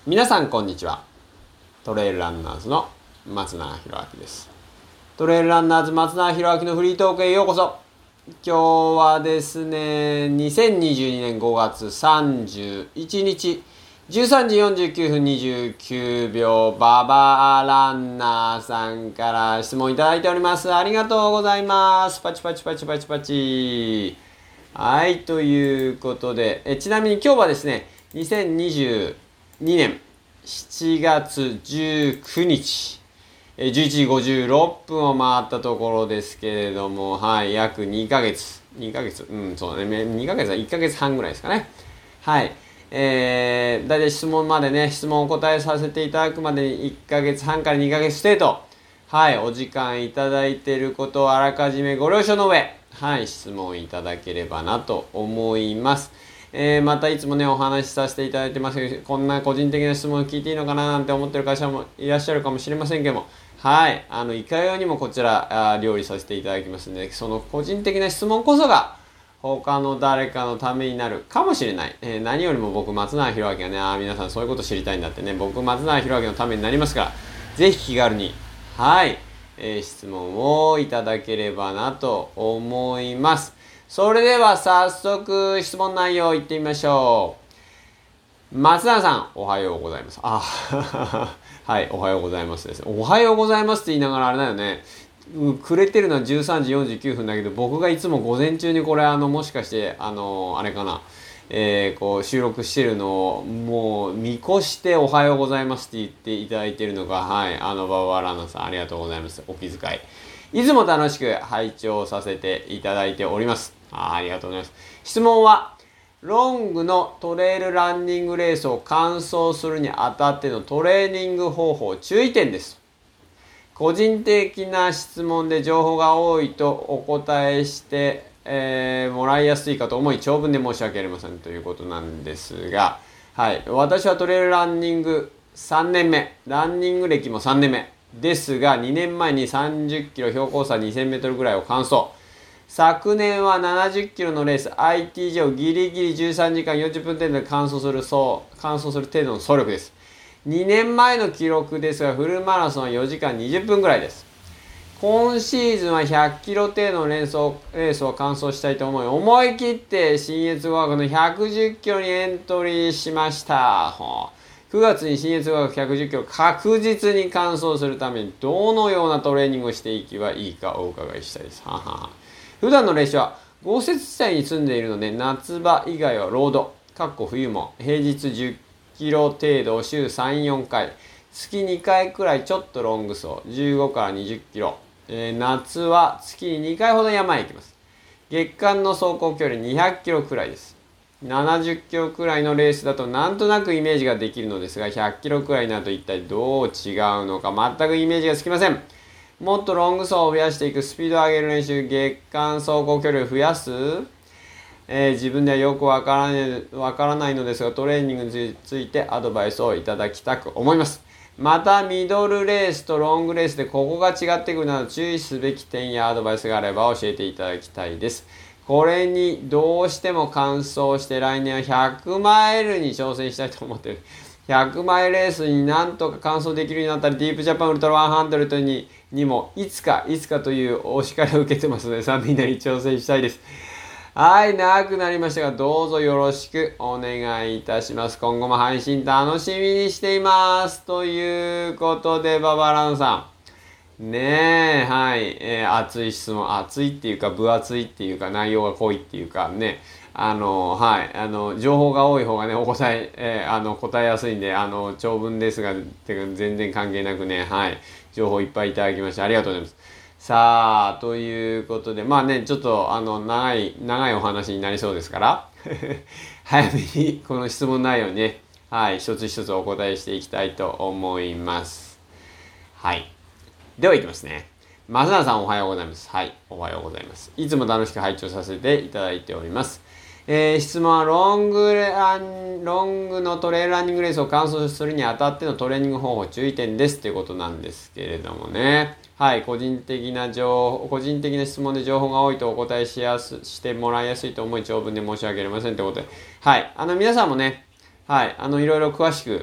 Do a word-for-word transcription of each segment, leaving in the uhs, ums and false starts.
皆さんこんにちは。トレイルランナーズの松永博明です。トレイルランナーズ松永博明のフリートークへようこそ。今日はですね、にせんにじゅうにねんごがつさんじゅういちにちじゅうさんじよんじゅうきゅうふんにじゅうきゅうびょう、ババアランナーさんから質問いただいております。ありがとうございます。パチパチパチパチパチ。はい、ということで、えちなみに今日はですね、にせんにじゅうにねんしちがつじゅうくにち、じゅういちじごじゅうろっぷんを回ったところですけれども、はい、約にかげつ、にかげつ、うん、そうだね、にかげつはいっかげつはんぐらいですかね。はい。えー、だいたい質問までね、質問を答えさせていただくまでにいっかげつはんからにかげつ程度、はい、お時間いただいていることをあらかじめご了承の上、はい、質問いただければなと思います。えー、またいつもね、お話しさせていただいてますけど、こんな個人的な質問を聞いていいのかななんて思ってる会社もいらっしゃるかもしれませんけども、はい、あの、いかようにもこちら、あ料理させていただきますので、その個人的な質問こそが、他の誰かのためになるかもしれない。えー、何よりも僕、松永博明がね、あ皆さんそういうこと知りたいんだってね、僕、松永博明のためになりますから、ぜひ気軽に、はい、えー、質問をいただければなと思います。それでは早速質問内容いってみましょう。松永さん、おはようございます。あ、はい、おはようございますです。おはようございますって言いながらあれだよね。くれてるのはじゅうさんじよんじゅうきゅうふんだけど、僕がいつも午前中にこれあのもしかしてあのあれかな、えー、こう収録してるのをもう見越しておはようございますって言っていただいているのが、はい、あのババアランナーさんありがとうございます。お気遣いいつも楽しく拝聴させていただいております。あ, ありがとうございます。質問はロングのトレイルランニングレースを完走するにあたってのトレーニング方法注意点です。個人的な質問で情報が多いとお答えして、えー、もらいやすいかと思い長文で申し訳ありませんということなんですが、はい、私はトレイルランニングさんねんめ、ランニング歴もさんねんめですが、にねんまえにさんじゅっキロ標高差にせんメートルぐらいを完走。昨年はななじゅっキロのレース アイティージェー をギリギリじゅうさんじかんよんじゅっぷん程度で完走するそう完走する程度の走力です。にねんまえの記録ですが、フルマラソンはよじかんにじゅっぷんぐらいです。今シーズンはひゃっキロ程度のレースをレースを完走したいと思い、思い切って信越語学のひゃくじゅっキロにエントリーしました。くがつに信越語学ひゃくじゅっキロ確実に完走するためにどのようなトレーニングをしていけばいいかお伺いしたいです。はは普段の練習は豪雪地帯に住んでいるので、夏場以外はロード、かっこ冬も平日じゅっキロ程度を週さん、よんかい、月にかいくらいちょっとロング走、じゅうごからにじゅっキロ、えー、夏は月ににかいほど山へ行きます。月間の走行距離にひゃっキロくらいです。ななじゅっキロくらいのレースだとなんとなくイメージができるのですが、ひゃっキロくらいになると一体どう違うのか全くイメージがつきません。もっとロング走を増やしていく、スピードを上げる練習、月間走行距離を増やす、えー、自分ではよくわからない、わからないのですが、トレーニングについてアドバイスをいただきたく思います。また、ミドルレースとロングレースでここが違ってくるなど注意すべき点やアドバイスがあれば教えていただきたいです。これにどうしても完走して来年はひゃくマイルに挑戦したいと思っている。ひゃくマイルレースになんとか完走できるようになったり、ディープジャパンウルトラひゃくににもいつかいつかというお叱りを受けてますので、さんみんなに挑戦したいです。はい、長くなりましたがどうぞよろしくお願いいたします。今後も配信楽しみにしています。ということで、ババランさんねえ、はい、えー、熱い質問、熱いっていうか分厚いっていうか内容が濃いっていうかね、あのはいあの情報が多い方がねお答ええー、あの答えやすいんで、あの長文ですがてか全然関係なくね、はい、情報いっぱいいただきましてありがとうございます。さあということで、まあねちょっとあの長い長いお話になりそうですから早めにこの質問内容にね、はい一つ一つお答えしていきたいと思います。はい、ではいきますね。松永さんおはようございます。はい、おはようございます。いつも楽しく拝聴させていただいております。えー、質問はロングラン、ロングのトレイルランニングレースを完走するにあたってのトレーニング方法注意点ですということなんですけれどもね。はい、個人的な情報、個人的な質問で情報が多いとお答えしやす、してもらいやすいと思い長文で申し訳ありませんということで。はい、あの皆さんもね、はい、あのいろいろ詳しく、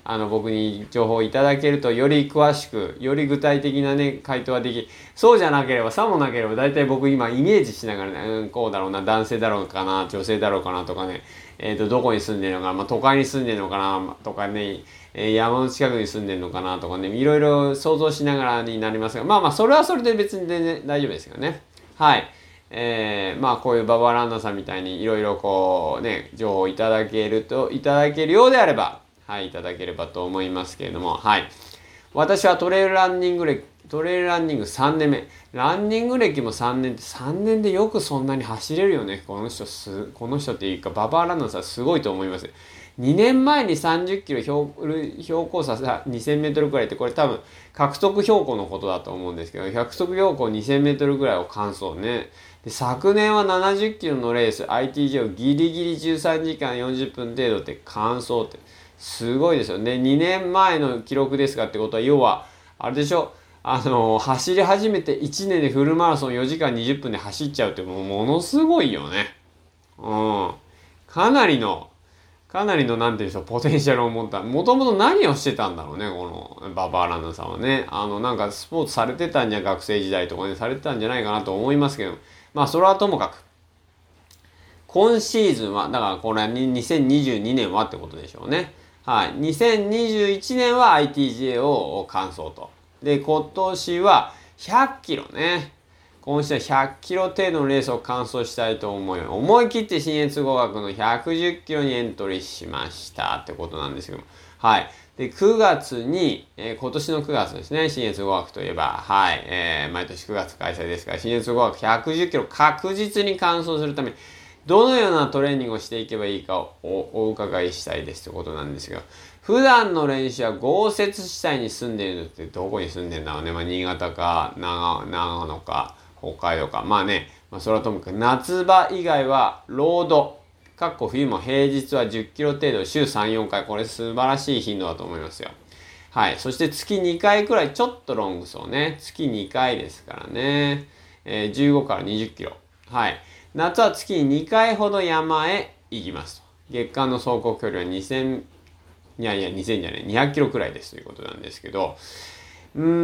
あの、僕に情報をいただけると、より詳しく、より具体的なね、回答はでき、そうじゃなければ、さもなければ、大体僕今イメージしながらね、うん、こうだろうな、男性だろうかな、女性だろうかなとかね、えっと、どこに住んでるのかな、まあ、都会に住んでるのかな、とかね、えー、山の近くに住んでるのかなとかね、いろいろ想像しながらになりますが、まあまあ、それはそれで別に全然大丈夫ですよね。はい。えー、まあこういうババランナさんみたいにいろいろこうね、情報をいただけると、いただけるようであれば、はい、いただければと思いますけれども、はい。私はトレイルランニング歴、トレイルランニングさんねんめ。ランニング歴もさんねんって、さんねんでよくそんなに走れるよね。この人す、この人っていうか、ババアランナーさんすごいと思います。にねんまえにさんじゅっキロ標標高差にせんメートルくらいって、これ多分獲得標高のことだと思うんですけど、獲得標高にせんメートルくらいを完走ね。で、昨年はななじゅっキロのレース、アイティージェー をギリギリじゅうさんじかんよんじゅっぷん程度って完走って、すごいですよね。にねんまえの記録ですかってことは、要は、あれでしょ、あの、走り始めていちねんでフルマラソンよじかんにじゅっぷんで走っちゃうってもうものすごいよね。うん。かなりの、かなりの、なんていうんでしょう、ポテンシャルを持った。もともと何をしてたんだろうね、このババアランナさんはね。あの、なんかスポーツされてたんじゃ、学生時代とかね、されてたんじゃないかなと思いますけど、まあ、それはともかく。今シーズンは、だからこれはにせんにじゅうにねんはってことでしょうね。はい。にせんにじゅういちねんは アイティージェー を完走と。で、今年はひゃっキロね。今週はひゃっキロ程度のレースを完走したいと思います。思い切って信越語学のひゃくじゅっキロにエントリーしましたってことなんですけども。はい。で、くがつに、えー、今年のくがつですね、信越語学といえば、はい、えー、毎年くがつ開催ですから、信越語学ひゃくじゅっキロ確実に完走するために、どのようなトレーニングをしていけばいいかを お, お伺いしたいですということなんですが、普段の練習は豪雪地帯に住んでいるのってどこに住んでるんだろうね。まあ、新潟か長、長野か北海道か。まあね、まあ、それはともかく夏場以外はロード、かっこ冬も平日はじゅっキロ程度週さん、よんかい。これ素晴らしい頻度だと思いますよ。はい。そして月にかいくらいちょっとロング走ね。月にかいですからね。えー、じゅうごからにじゅっキロ。はい。夏は月ににかいほど山へ行きますと。月間の走行距離はにせん、いやいやにせんじゃない、にひゃっキロくらいですということなんですけど、うーん、うん、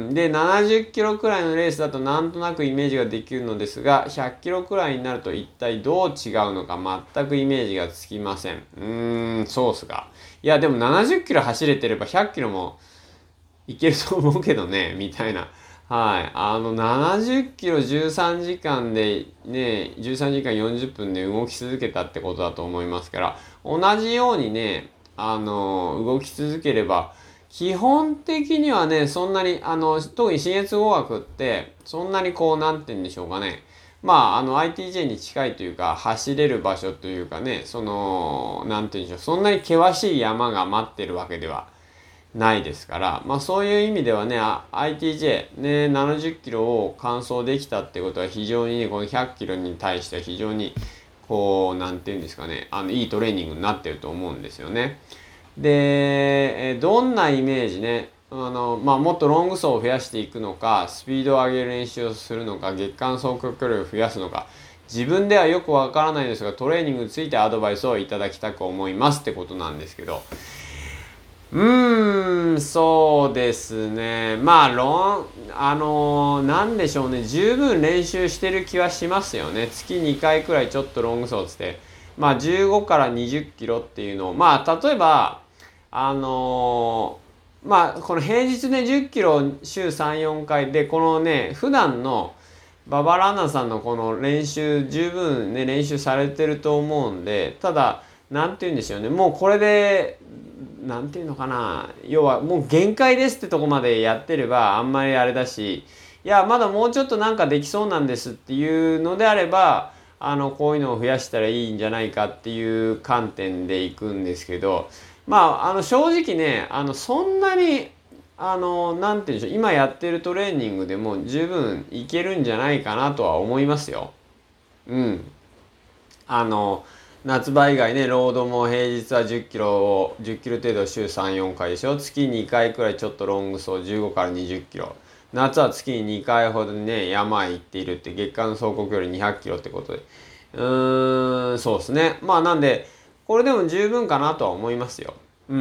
うん。で、ななじゅっキロくらいのレースだとなんとなくイメージができるのですが、ひゃっキロくらいになると一体どう違うのか全くイメージがつきません。うーん、そうっすか。いや、でもななじゅっキロ走れてればひゃっキロもいけると思うけどね、みたいな。はい。あの、ななじゅっキロじゅうさんじかんで、ね、じゅうさんじかんよんじゅっぷんで動き続けたってことだと思いますから、同じようにね、あの、動き続ければ、基本的にはね、そんなに、あの、特に信越語学って、そんなにこう、なんて言うんでしょうかね。まあ、あの、アイティージェー に近いというか、走れる場所というかね、その、なんて言うんでしょう、そんなに険しい山が待ってるわけではないですから、まあそういう意味ではね、アイティージェー ね、ななじゅっキロを完走できたってことは非常にね、このひゃっキロに対しては非常に、こう、なんていうんですかね、あの、いいトレーニングになってると思うんですよね。で、どんなイメージね、あの、まあもっとロング走を増やしていくのか、スピードを上げる練習をするのか、月間走行距離を増やすのか、自分ではよくわからないですが、トレーニングについてアドバイスをいただきたく思いますってことなんですけど、うーん、そうですね。まあ、ロン、あのーなんでしょうね。十分練習してる気はしますよね。月にかいくらいちょっとロング走つって。まあ、じゅうごからにじゅっキロっていうのを、まあ、例えば、あのーまあ、この平日でじゅっキロ週さん、よんかいで、このね、普段のババランナさんのこの練習、十分ね、練習されてると思うんで、ただ、なんて言うんでしょうね。もうこれで、なんていうのかな、要はもう限界ですってとこまでやってればあんまりあれだし、いやまだもうちょっとなんかできそうなんですっていうのであれば、あのこういうのを増やしたらいいんじゃないかっていう観点でいくんですけど、まああの正直ね、あのそんなにあのなんていうんでしょう、今やってるトレーニングでも十分いけるんじゃないかなとは思いますよ。うん。あの夏場以外ね、ロードも平日はじゅっキロを、じゅっキロ程度週さん、よんかいでしょ。月にかいくらいちょっとロング走じゅうごからにじゅっキロ。夏は月ににかいほどね、山へ行っているって月間走行距離にひゃっキロってことで。うーん、そうですね。まあなんで、これでも十分かなとは思いますよ。うん。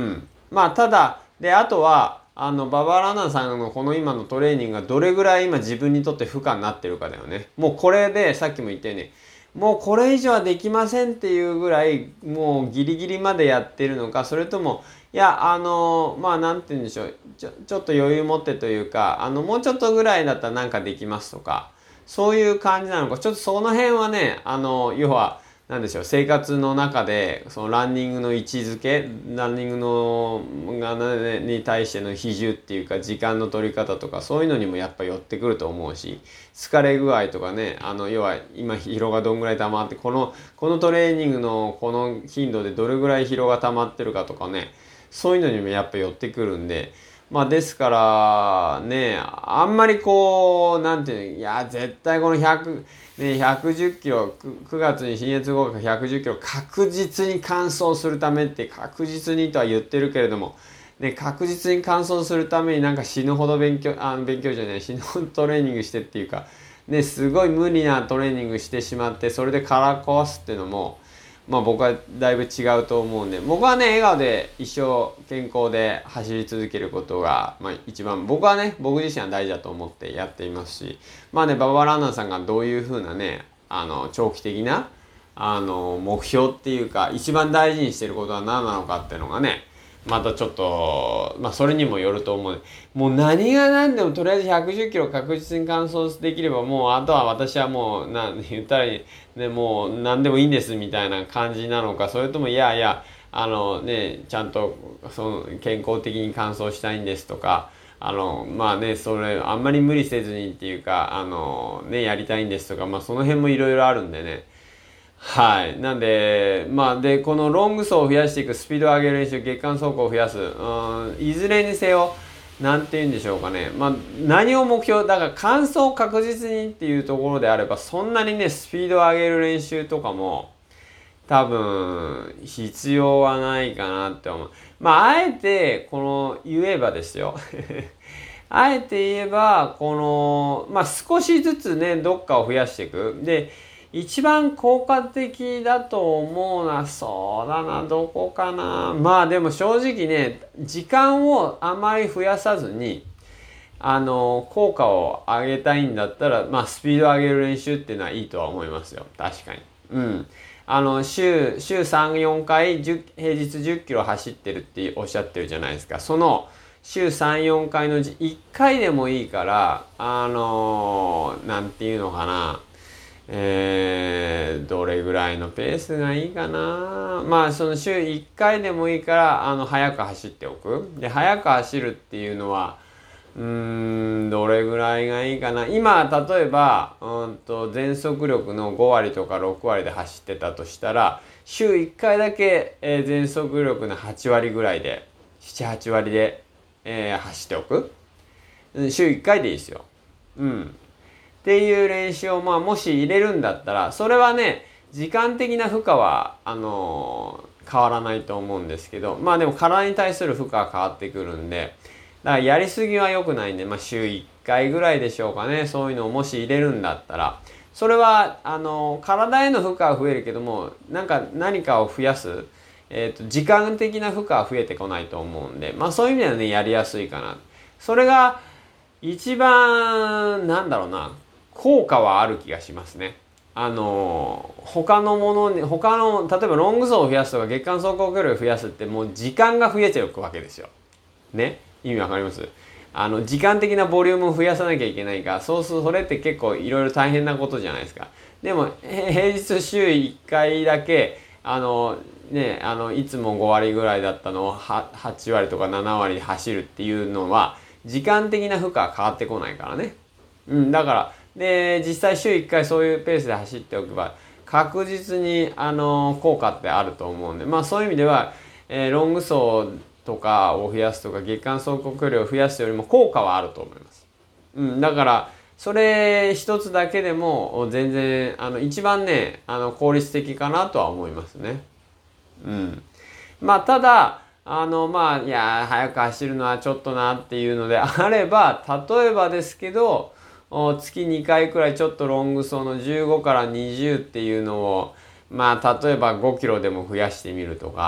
まあただで、あとはあのババラナさんのこの今のトレーニングがどれぐらい今自分にとって負荷になってるかだよね。もうこれでさっきも言ったように、もうこれ以上はできませんっていうぐらいもうギリギリまでやってるのか、それともいやあのまあなんて言うんでしょう、ちょちょっと余裕持ってというか、あのもうちょっとぐらいだったらなんかできますとか、そういう感じなのか、ちょっとその辺はね、あの要はなんでしょう、生活の中でそのランニングの位置づけ、ランニングのが、ね、に対しての比重っていうか時間の取り方とか、そういうのにもやっぱ寄ってくると思うし、疲れ具合とかね、あの要は今疲労がどんぐらい溜まって、このこのトレーニングのこの頻度でどれぐらい疲労が溜まってるかとかね、そういうのにもやっぱ寄ってくるんで、まあですからね、あんまりこうなんていうの、いや絶対このひゃくね、ひゃくじゅっキロ、くがつに新越合格ひゃくじゅっキロ確実に完走するためって確実にとは言ってるけれども、ね、確実に完走するためになんか死ぬほど勉強、あ勉強じゃない、死ぬほどトレーニングしてっていうか、ね、すごい無理なトレーニングしてしまって、それでから壊すっていうのも、まあ僕はだいぶ違うと思うんで、僕はね、笑顔で一生健康で走り続けることが、まあ一番、僕はね、僕自身は大事だと思ってやっていますし、まあね、ババランナーさんがどういうふうなね、あの、長期的な、あの、目標っていうか、一番大事にしてることは何なのかっていうのがね、またちょっと、まあそれにもよると思う。もう何が何でもとりあえずひゃくじゅっキロ確実に完走できれば、もうあとは私はもう、な言ったらいい、ね、もう何でもいいんですみたいな感じなのか、それともいやいや、あのね、ちゃんとその健康的に完走したいんですとか、あの、まあね、それあんまり無理せずにっていうか、あのね、やりたいんですとか、まあその辺もいろいろあるんでね。はい。なんで、まあ、で、このロング走を増やしていく、スピードを上げる練習、月間走行を増やす、うん、いずれにせよ、なんて言うんでしょうかね。まあ、何を目標、だから完走確実にっていうところであれば、そんなにね、スピードを上げる練習とかも、多分、必要はないかなって思う。まあ、あえて、この、言えばですよ。あえて言えば、この、まあ、少しずつね、どっかを増やしていく。で、一番効果的だと思うのは、そうだな、どこかな。まあでも正直ね、時間をあまり増やさずに、あの、効果を上げたいんだったら、まあスピードを上げる練習っていうのはいいとは思いますよ。確かに。うん。あの、週、週さん、よんかい、平日じゅっキロ走ってるっておっしゃってるじゃないですか。その、週さん、よんかいのうちいっかいでもいいから、あの、なんていうのかな。えー、どれぐらいのペースがいいかな。まあその週いっかいでもいいからあの早く走っておく。で早く走るっていうのはうーんどれぐらいがいいかな。今例えばうんと全速力のごわりとかろくわりで走ってたとしたら、週いっかいだけ、えー、全速力のはちわりぐらいでななはちわりで、えー、走っておく。週いっかいでいいですよ。うんっていう練習をまあもし入れるんだったら、それはね時間的な負荷はあのー、変わらないと思うんですけど、まあでも体に対する負荷は変わってくるんで、だからやりすぎは良くないんで、まあ週いっかいぐらいでしょうかね。そういうのをもし入れるんだったら、それはあのー、体への負荷は増えるけども、なんか何かを増やす、えーと、時間的な負荷は増えてこないと思うんで、まあそういう意味ではねやりやすいかな。それが一番なんだろうな、効果はある気がしますね。あの他のものに他の例えばロング走を増やすとか月間走行距離を増やすってもう時間が増えていくわけですよ。ね、意味わかります？あの時間的なボリュームを増やさなきゃいけないから、そうするとそれって結構いろいろ大変なことじゃないですか。でも平日週いっかいだけあのねあのいつもごわりぐらいだったのをはちわりとかななわりで走るっていうのは時間的な負荷は変わってこないからね。うん、だからで実際週いっかいそういうペースで走っておけば確実にあの効果ってあると思うんで、まあそういう意味では、えー、ロング走とかを増やすとか月間走行距離を増やすよりも効果はあると思います。うん、だからそれ一つだけでも全然あの一番ねあの効率的かなとは思いますね。うん。まあただあのまあいや早く走るのはちょっとなっていうのであれば、例えばですけど月にかいくらいちょっとロング走のじゅうごからにじゅうっていうのをまあ例えばごキロでも増やしてみるとか、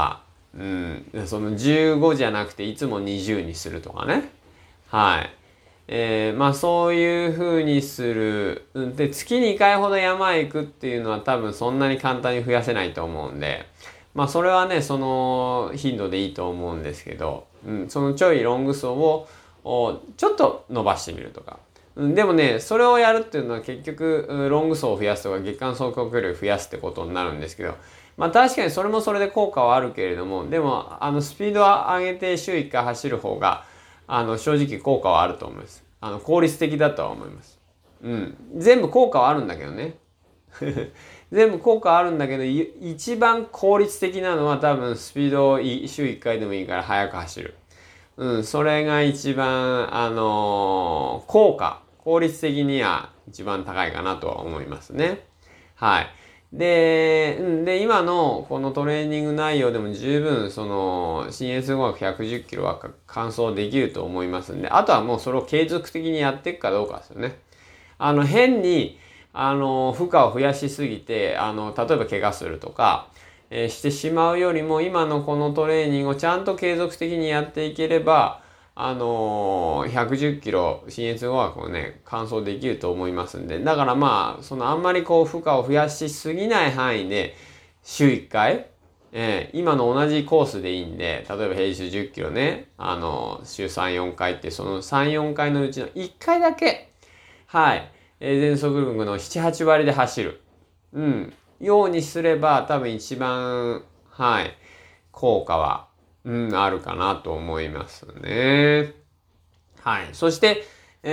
うん。そのじゅうごじゃなくていつもにじゅうにするとかね。はい。えー、まあそういう風にする。で、月にかいほど山へ行くっていうのは多分そんなに簡単に増やせないと思うんで、まあそれはね、その頻度でいいと思うんですけど、うん、そのちょいロング走をちょっと伸ばしてみるとか。でもね、それをやるっていうのは結局、ロング走を増やすとか月間走行距離を増やすってことになるんですけど、まあ確かにそれもそれで効果はあるけれども、でも、あの、スピードを上げて週いっかい走る方が、あの、正直効果はあると思います。あの、効率的だとは思います。うん。全部効果はあるんだけどね。全部効果あるんだけど、一番効率的なのは多分スピードを週いっかいでもいいから速く走る。うん、それが一番、あのー、効果、効率的には一番高いかなとは思いますね。はい。で、うん、で、今のこのトレーニング内容でも十分、その、シンエスごはくひゃくじゅっキロは完走できると思いますんで、あとはもうそれを継続的にやっていくかどうかですよね。あの、変に、あの、負荷を増やしすぎて、あの、例えば怪我するとか、えー、してしまうよりも、今のこのトレーニングをちゃんと継続的にやっていければ、あのー、ひゃくじゅっキロ、信越語学をね、完走できると思いますんで、だからまあ、そのあんまりこう、負荷を増やしすぎない範囲で、週いっかい、えー、今の同じコースでいいんで、例えば平日じゅっキロね、あのー、週さん、よんかいって、そのさん、よんかいのうちのいっかいだけ、はい、えー、全速力のなな、はち割で走る。うん。ようにすれば、多分一番、はい、効果は、うん、あるかなと思いますね。はい。そして、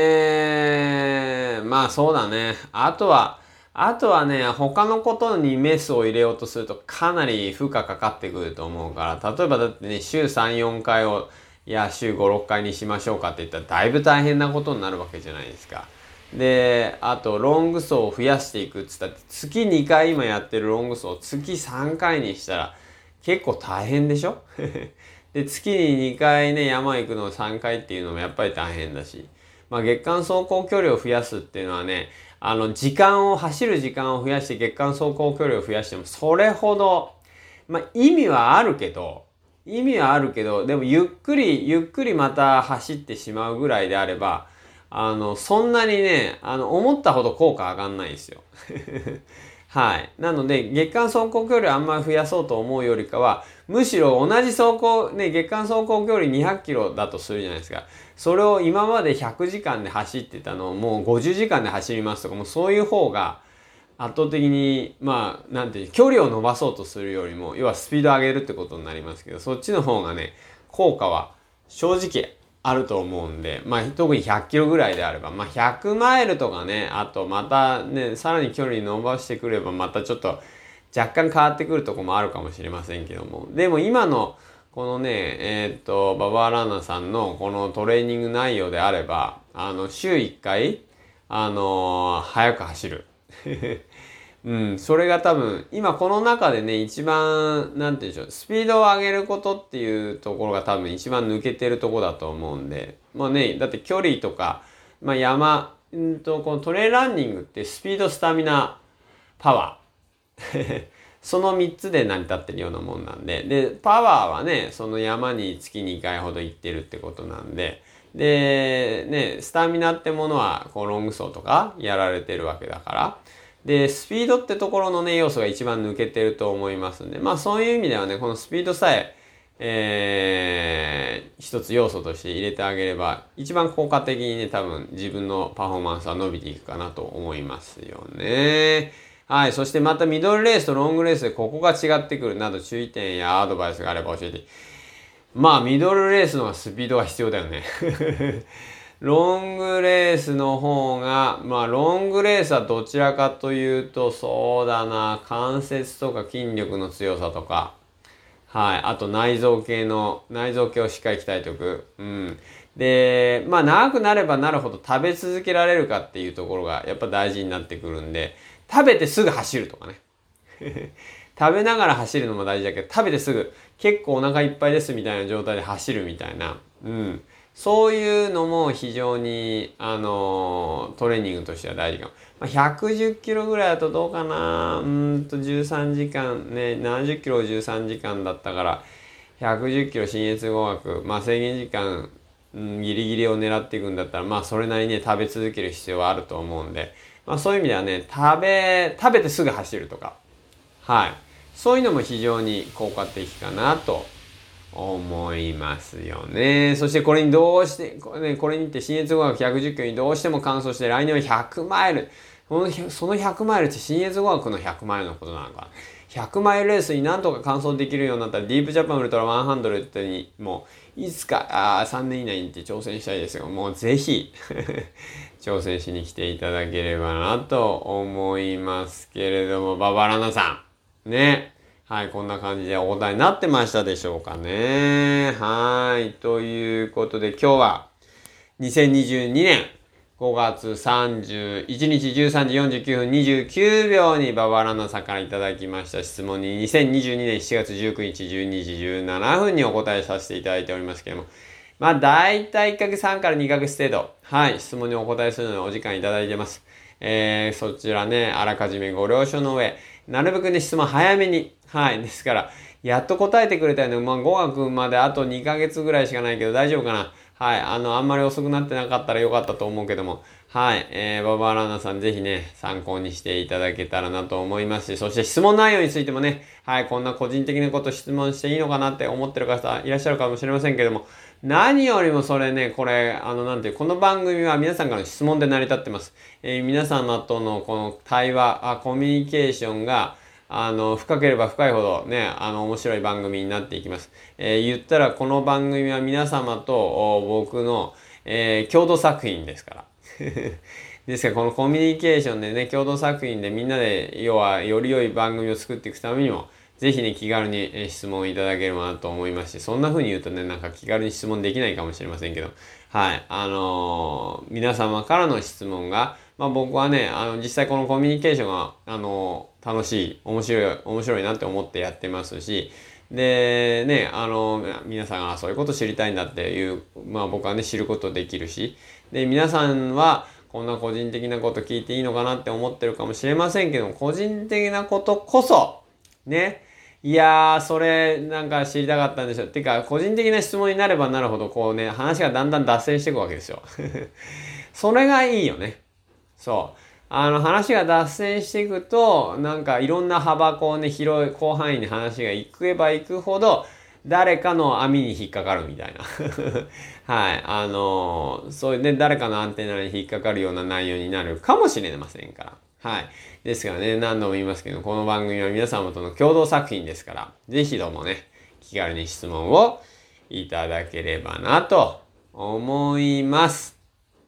えー、まあそうだね。あとは、あとはね、他のことにメスを入れようとするとかなり負荷かかってくると思うから、例えばだってね、週さん、よんかいを、いや、週ご、ろっかいにしましょうかって言ったらだいぶ大変なことになるわけじゃないですか。で、あと、ロング走を増やしていくって言ったら、月にかい今やってるロング走を月さんかいにしたら、結構大変でしょで、月ににかいね、山行くのをさんかいっていうのもやっぱり大変だし、まあ月間走行距離を増やすっていうのはね、あの、時間を、走る時間を増やして月間走行距離を増やしても、それほど、まあ意味はあるけど、意味はあるけど、でもゆっくり、ゆっくりまた走ってしまうぐらいであれば、あの、そんなにね、あの、思ったほど効果上がんないんですよ。はい。なので、月間走行距離をあんまり増やそうと思うよりかは、むしろ同じ走行、ね、月間走行距離にひゃくキロだとするじゃないですか。それを今までひゃくじかんで走ってたのをもうごじゅうじかんで走りますとか、もうそういう方が圧倒的に、まあ、なんていう、距離を伸ばそうとするよりも、要はスピードを上げるってことになりますけど、そっちの方がね、効果は正直あると思うんで、まあ特にひゃっキロぐらいであれば、まあひゃくマイルとかね、あとまたね、さらに距離伸ばしてくればまたちょっと若干変わってくるとこもあるかもしれませんけども、でも今のこのね、えー、っと、ババアランナさんのこのトレーニング内容であれば、あの、週いっかい、あのー、速く走る。うん、それが多分、今この中でね、一番、なんて言うんでしょう、スピードを上げることっていうところが多分一番抜けてるところだと思うんで、まあね、だって距離とか、まあ山、うんと、このトレイルランニングってスピード、スタミナ、パワー。そのみっつで成り立ってるようなもんなんで、で、パワーはね、その山に月にかいほど行ってるってことなんで、で、ね、スタミナってものは、こう、ロング走とかやられてるわけだから、で、スピードってところのね、要素が一番抜けてると思いますんで、まあそういう意味ではね、このスピードさえ、えー、一つ要素として入れてあげれば、一番効果的にね、多分自分のパフォーマンスは伸びていくかなと思いますよね。はい。そしてまたミドルレースとロングレースでここが違ってくるなど注意点やアドバイスがあれば教えて。まあ、ミドルレースの方がスピードが必要だよね。ロングレースの方が、まあ、ロングレースはどちらかというと、そうだな、関節とか筋力の強さとか、はい。あと内臓系の、内臓系をしっかり鍛えておく。うん。で、まあ、長くなればなるほど食べ続けられるかっていうところがやっぱ大事になってくるんで、食べてすぐ走るとかね。食べながら走るのも大事だけど、食べてすぐ結構お腹いっぱいですみたいな状態で走るみたいな。うん。そういうのも非常に、あのー、トレーニングとしては大事かも。まあ、ひゃくじゅっキロぐらいだとどうかな、うーんとじゅうさんじかんね、ななじゅっキロをじゅうさんじかんだったから、 ひゃくじゅっキロ信越語学、まあ制限時間、うん、ギリギリを狙っていくんだったら、まあそれなりにね、食べ続ける必要はあると思うんで、まあそういう意味ではね、食べ、食べてすぐ走るとか、はい。そういうのも非常に効果的かなと思いますよね。そしてこれにどうして、これ,、ね、これにって信越語学ひゃくじゅっキロにどうしても完走して来年はひゃくマイル、そのひゃくマイルって信越語学のひゃくマイルのことなのか。ひゃくマイルレースになんとか完走できるようになったらディープジャパンウルトラひゃくにもういつかあさんねん以内にって挑戦したいですが、もうぜひ挑戦しに来ていただければなと思いますけれども、ババラナさんね、はい、こんな感じでお答えになってましたでしょうかね。はい、ということで今日はにせんにじゅうにねんごがつさんじゅういちにちじゅうさんじよんじゅうきゅうふんにじゅうきゅうびょうにババラナさんからいただきました質問ににせんにじゅうにねんしちがつじゅうくにちじゅうにじじゅうななふんにお答えさせていただいておりますけれども、まあ大体いっかげつはんからにかげつ程度、はい、質問にお答えするのにお時間いただいてます。えー、そちらね、あらかじめご了承の上、なるべくね、質問早めに、はい、ですから、やっと答えてくれたよね。まあ語学まであとにかげつぐらいしかないけど大丈夫かな。はい。あの、あんまり遅くなってなかったらよかったと思うけども。はい。えー、ババアラナさんぜひね、参考にしていただけたらなと思いますし、そして質問内容についてもね、はい。こんな個人的なこと質問していいのかなって思ってる方いらっしゃるかもしれませんけども、何よりもそれね、これ、あの、なんていう、この番組は皆さんからの質問で成り立ってます。えー、皆様とのこの対話、あ、コミュニケーションが、あの、深ければ深いほどね、あの、面白い番組になっていきます。えー、言ったらこの番組は皆様と僕の、えー、共同作品ですから。ですからこのコミュニケーションでね、共同作品でみんなで、要はより良い番組を作っていくためにも、ぜひね、気軽に質問いただければなと思いますし、そんな風に言うとね、なんか気軽に質問できないかもしれませんけど、はい、あのー、皆様からの質問が、まあ僕はね、あの、実際このコミュニケーションが、あのー、楽しい、面白い、面白いなって思ってやってますし、で、ね、あの、皆さんがそういうこと知りたいんだっていう、まあ僕はね、知ることできるし、で、皆さんは、こんな個人的なこと聞いていいのかなって思ってるかもしれませんけども、個人的なことこそ、ね、いやー、それ、なんか知りたかったんでしょ。てか、個人的な質問になればなるほど、こうね、話がだんだん脱線していくわけですよ。それがいいよね。そう。あの、話が脱線していくと、なんかいろんな幅、こうね、広い、広範囲に話が行けば行くほど、誰かの網に引っかかるみたいな。はい。あのー、そういうね、誰かのアンテナに引っかかるような内容になるかもしれませんから。はい。ですからね、何度も言いますけど、この番組は皆様との共同作品ですから、ぜひともね、気軽に質問をいただければなと思います。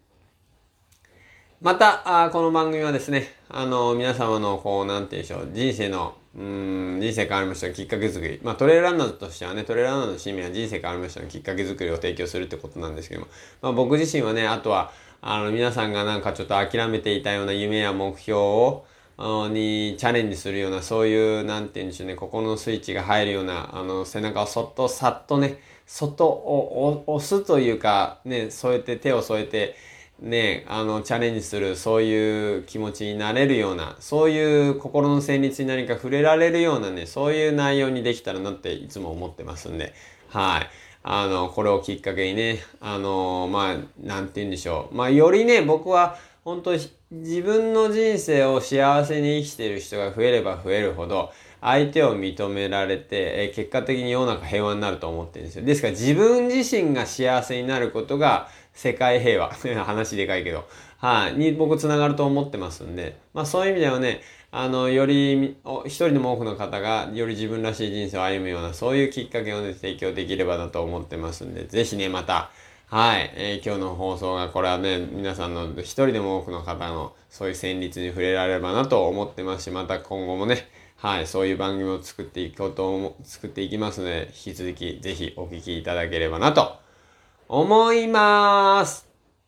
また、あこの番組はですね、あの、皆様の、こう、なんて言うんでしょう、人生の、うーん、人生変わりましたのきっかけ作り。まあ、トレイルランナーとしてはね、トレイルランナーの使命は人生変わりましたのきっかけ作りを提供するってことなんですけども、まあ、僕自身はね、あとは、あの、皆さんがなんかちょっと諦めていたような夢や目標を、にチャレンジするような、そういう、なんて言うんでしょうね、心のスイッチが入るような、あの、背中をそっと、さっとね、そっと押すというか、ね、添えて、手を添えて、ね、あの、チャレンジする、そういう気持ちになれるような、そういう心の旋律に何か触れられるようなね、そういう内容にできたらなっていつも思ってますんで、はい。あの、これをきっかけにね、あの、まあ、なんて言うんでしょう。まあ、よりね、僕は、本当に自分の人生を幸せに生きている人が増えれば増えるほど、相手を認められて、え結果的に世の中平和になると思ってるんですよ。ですから自分自身が幸せになることが世界平和。話でかいけど。はい、に僕つながると思ってますんで、まあそういう意味ではね、あの、より、一人でも多くの方が、より自分らしい人生を歩むような、そういうきっかけをね、提供できればなと思ってますんで、ぜひね、また、はい、えー、今日の放送が、これはね、皆さんの一人でも多くの方の、そういう旋律に触れられればなと思ってますし、また今後もね、はい、そういう番組を作っていこうと思、作っていきますので、引き続き、ぜひお聞きいただければなと思います。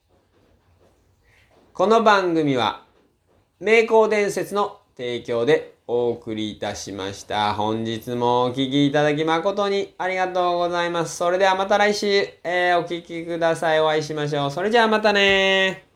この番組は、名工伝説の提供でお送りいたしました。本日もお聞きいただき誠にありがとうございます。それではまた来週、えー、お聞きください。お会いしましょう。それじゃあまたねー。